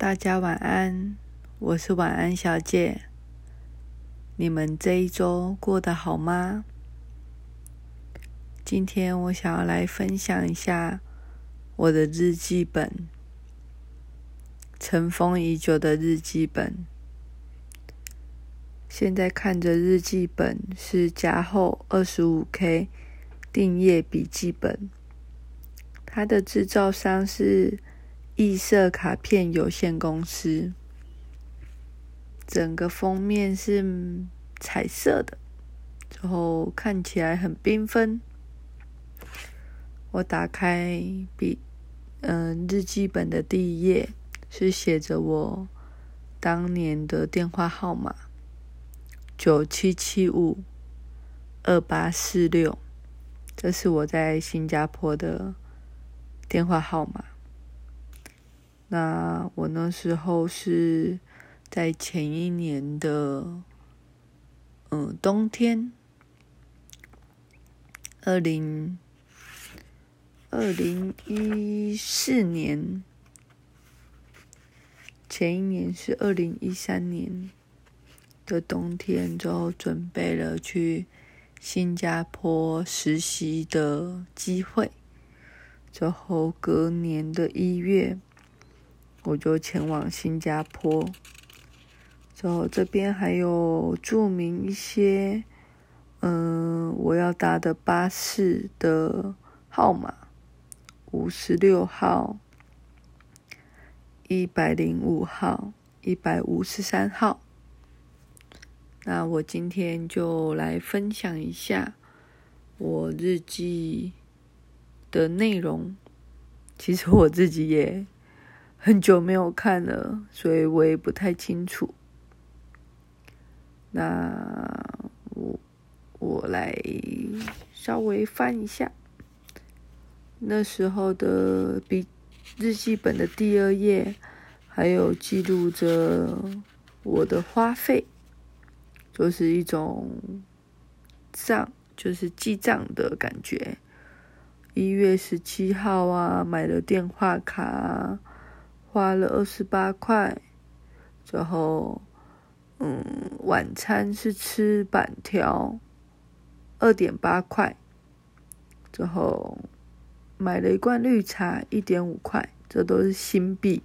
大家晚安，我是晚安小姐。你们这一周过得好吗？今天我想要来分享一下我的日记本，尘封已久的日记本。现在看着日记本是加厚 25K 定页笔记本，它的制造商是异色卡片有限公司，整个封面是彩色的，之后看起来很缤纷。我打开日记本的第一页是写着我当年的电话号码97752846，这是我在新加坡的电话号码。那我那时候是在前一年的冬天，2014年，前一年是2013年的冬天，之后准备了去新加坡实习的机会，之后隔年的1月我就前往新加坡，之后这边还有注明一些我要搭的巴士的号码，56号、105号、153号。那我今天就来分享一下我日记的内容。其实我自己也很久没有看了，所以我也不太清楚。那我来稍微翻一下那时候的日记本的第2页，还有记录着我的花费，就是一种账，就是记账的感觉。1月17号啊，买了电话卡，花了28块，之后晚餐是吃板条2.8块，之后买了一罐绿茶1.5块，这都是新币，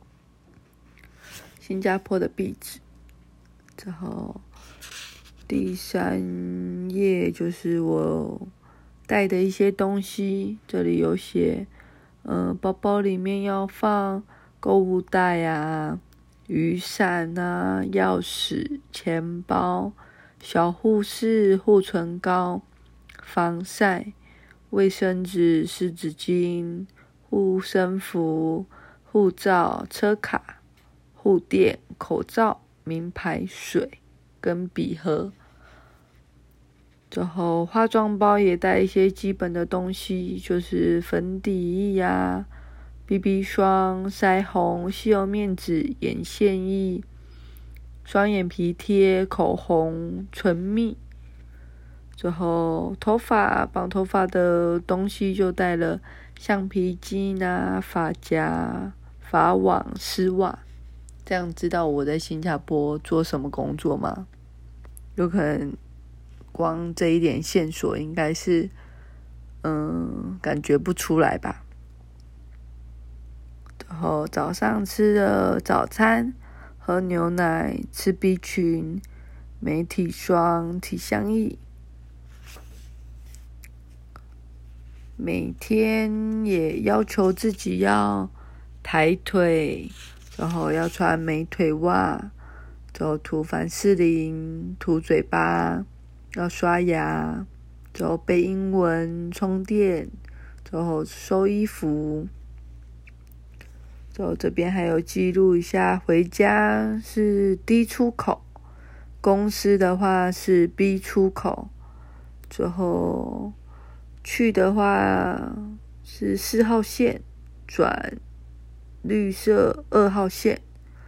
新加坡的币值。之后第3页就是我带的一些东西，这里有写包包里面要放购物袋啊、雨伞啊、钥匙、钱包、小护士、护唇膏、防晒、卫生纸、湿纸巾、护身符、护照、车卡、护垫、口罩、名牌水跟笔盒。之后化妆包也带一些基本的东西，就是粉底液啊、BB 霜、腮红、吸油面纸、眼线液、双眼皮贴、口红、唇蜜。之后绑头发的东西就带了橡皮筋啊、发夹、发网、丝袜。这样知道我在新加坡做什么工作吗？有可能光这一点线索应该是感觉不出来吧。然后早上吃了早餐，喝牛奶，吃 B 群，没体霜、体香液。每天也要求自己要抬腿，然后要穿美腿袜，然后涂凡士林，涂嘴巴，要刷牙，然后背英文，充电，然后收衣服。然后这边还有记录一下，回家是 D 出口，公司的话是 B 出口，之后去的话是4号线转绿色2号线，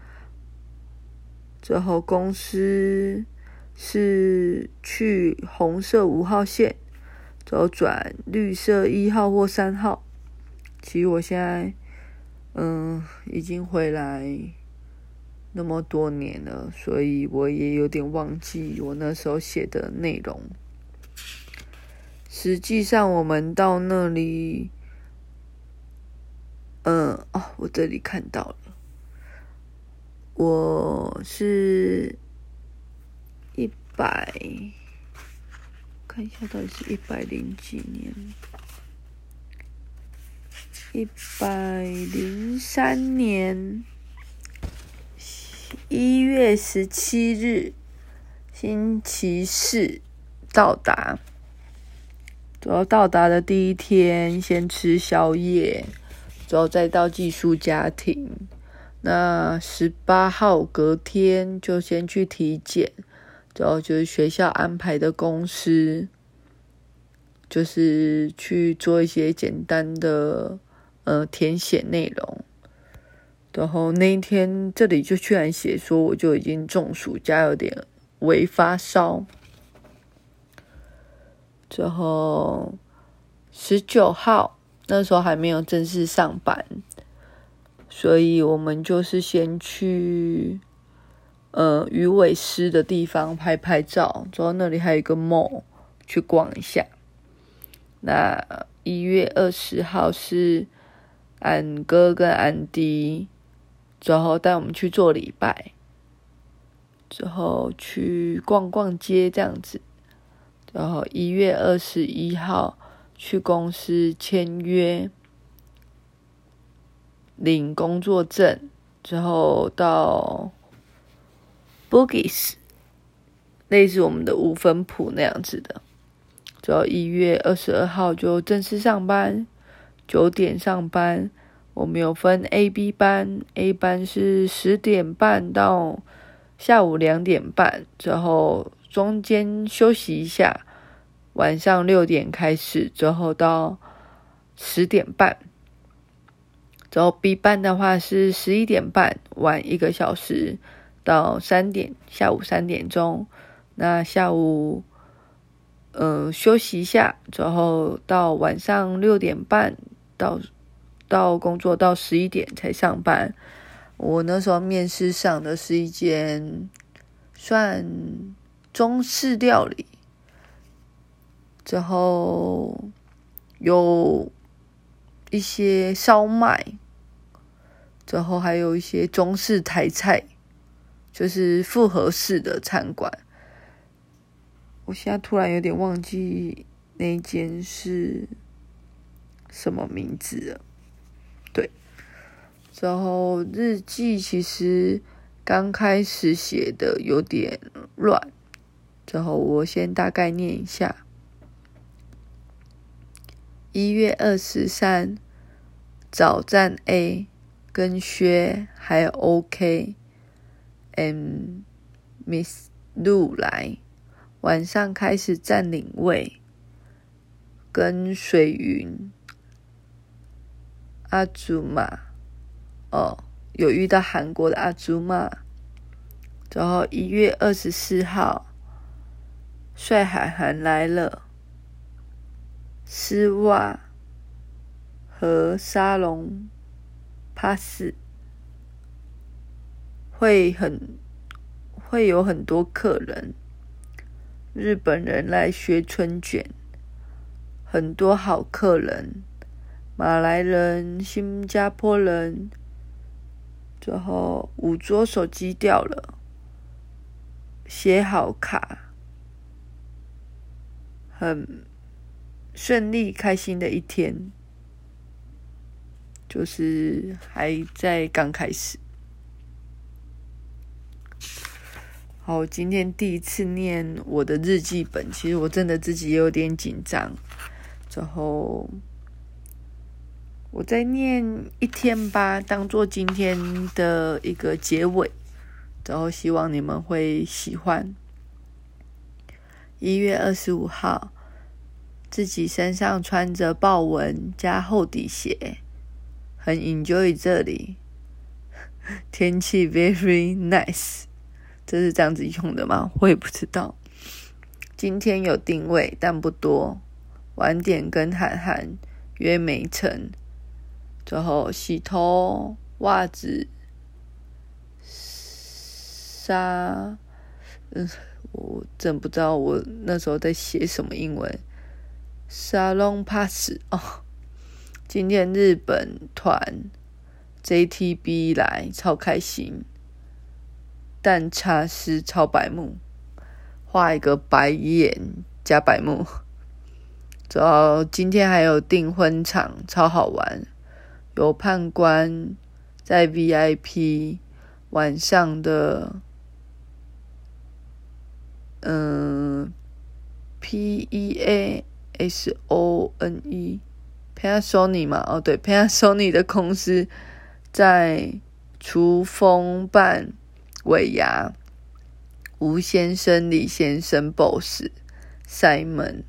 之后公司是去红色5号线，之后转绿色1号或3号。其实我现在已经回来那么多年了，所以我也有点忘记我那时候写的内容。实际上我们到那里，我这里看到了，我是看一下到底是100几年，103年1月17日星期四到达。之后到达的第一天，先吃宵夜，之后再到寄宿家庭。那18号隔天就先去体检，之后就是学校安排的公司，就是去做一些简单的填写内容。然后那一天这里就居然写说我就已经中暑加有点微发烧。之后19号那时候还没有正式上班，所以我们就是先去鱼尾狮的地方拍拍照，之后那里还有一个 mall 去逛一下。那1月20号是俺哥跟俺弟之后带我们去做礼拜，之后去逛逛街这样子。然后1月21号去公司签约，领工作证，之后到 Boogies， 类似我们的5分埔那样子的。之后1月22号就正式上班，9点上班。我们有分 A、B 班 ，A 班是10点半到下午2点半，之后中间休息一下，晚上6点开始，之后到10点半。之后 B 班的话是11点半，晚1个小时到3点，下午3点钟。那下午休息一下，之后到晚上6点半到工作到11点才上班。我那时候面试上的是一间算中式料理，之后有一些烧麦，之后还有一些中式台菜，就是复合式的餐馆。我现在突然有点忘记那一间是什么名字了。对，之后日记其实刚开始写的有点乱，之后我先大概念一下。1月23，早站 A 跟薛还有 OK and Miss Lu 来，晚上开始占领位，跟水云阿祖玛有遇到韩国的阿祖玛。然后1月24号帅海涵来了，丝袜和沙龙 pass 会有很多客人，日本人来学春卷，很多好客人，马来人、新加坡人。之后5桌手机掉了，写好卡，很顺利开心的一天，就是还在刚开始。好，今天第一次念我的日记本，其实我真的自己也有点紧张。之后我再念一天吧，当做今天的一个结尾。然后希望你们会喜欢。1月25号，自己身上穿着豹纹加厚底鞋，很 enjoy 这里，天气 very nice。这是这样子用的吗？我也不知道。今天有定位，但不多。晚点跟涵涵约没成， 之后洗头、袜子、我真不知道我那时候在写什么英文。沙龙 pass 哦，今天日本团 JTB 来，超开心。蛋茶师超白目，画一个白眼加白目。之后今天还有订婚场，超好玩，有判官在 VIP 晚上的Panasonic 嘛，哦对 Panasonic 的公司在厨风办尾牙，吴先生、李先生、Boss、Simon、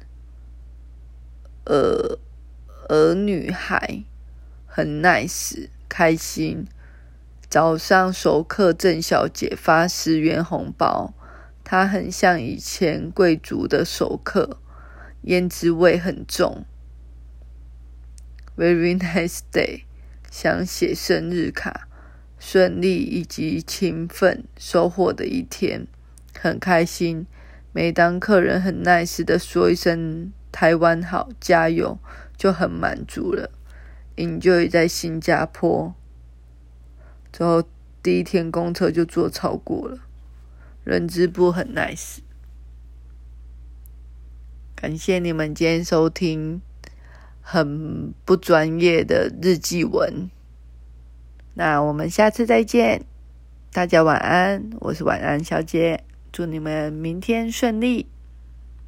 儿女孩很 nice 开心。早上熟客郑小姐发10元红包，她很像以前贵族的熟客，胭脂味很重。Very nice day， 想写生日卡，顺利以及勤奋收获的一天，很开心。每当客人很 nice 的说一声台湾好，加油，就很满足了。Enjoy 在新加坡之后，第一天公车就坐超过了，人资部很 nice。感谢你们今天收听很不专业的日记文，那我们下次再见，大家晚安，我是晚安小姐，祝你们明天顺利。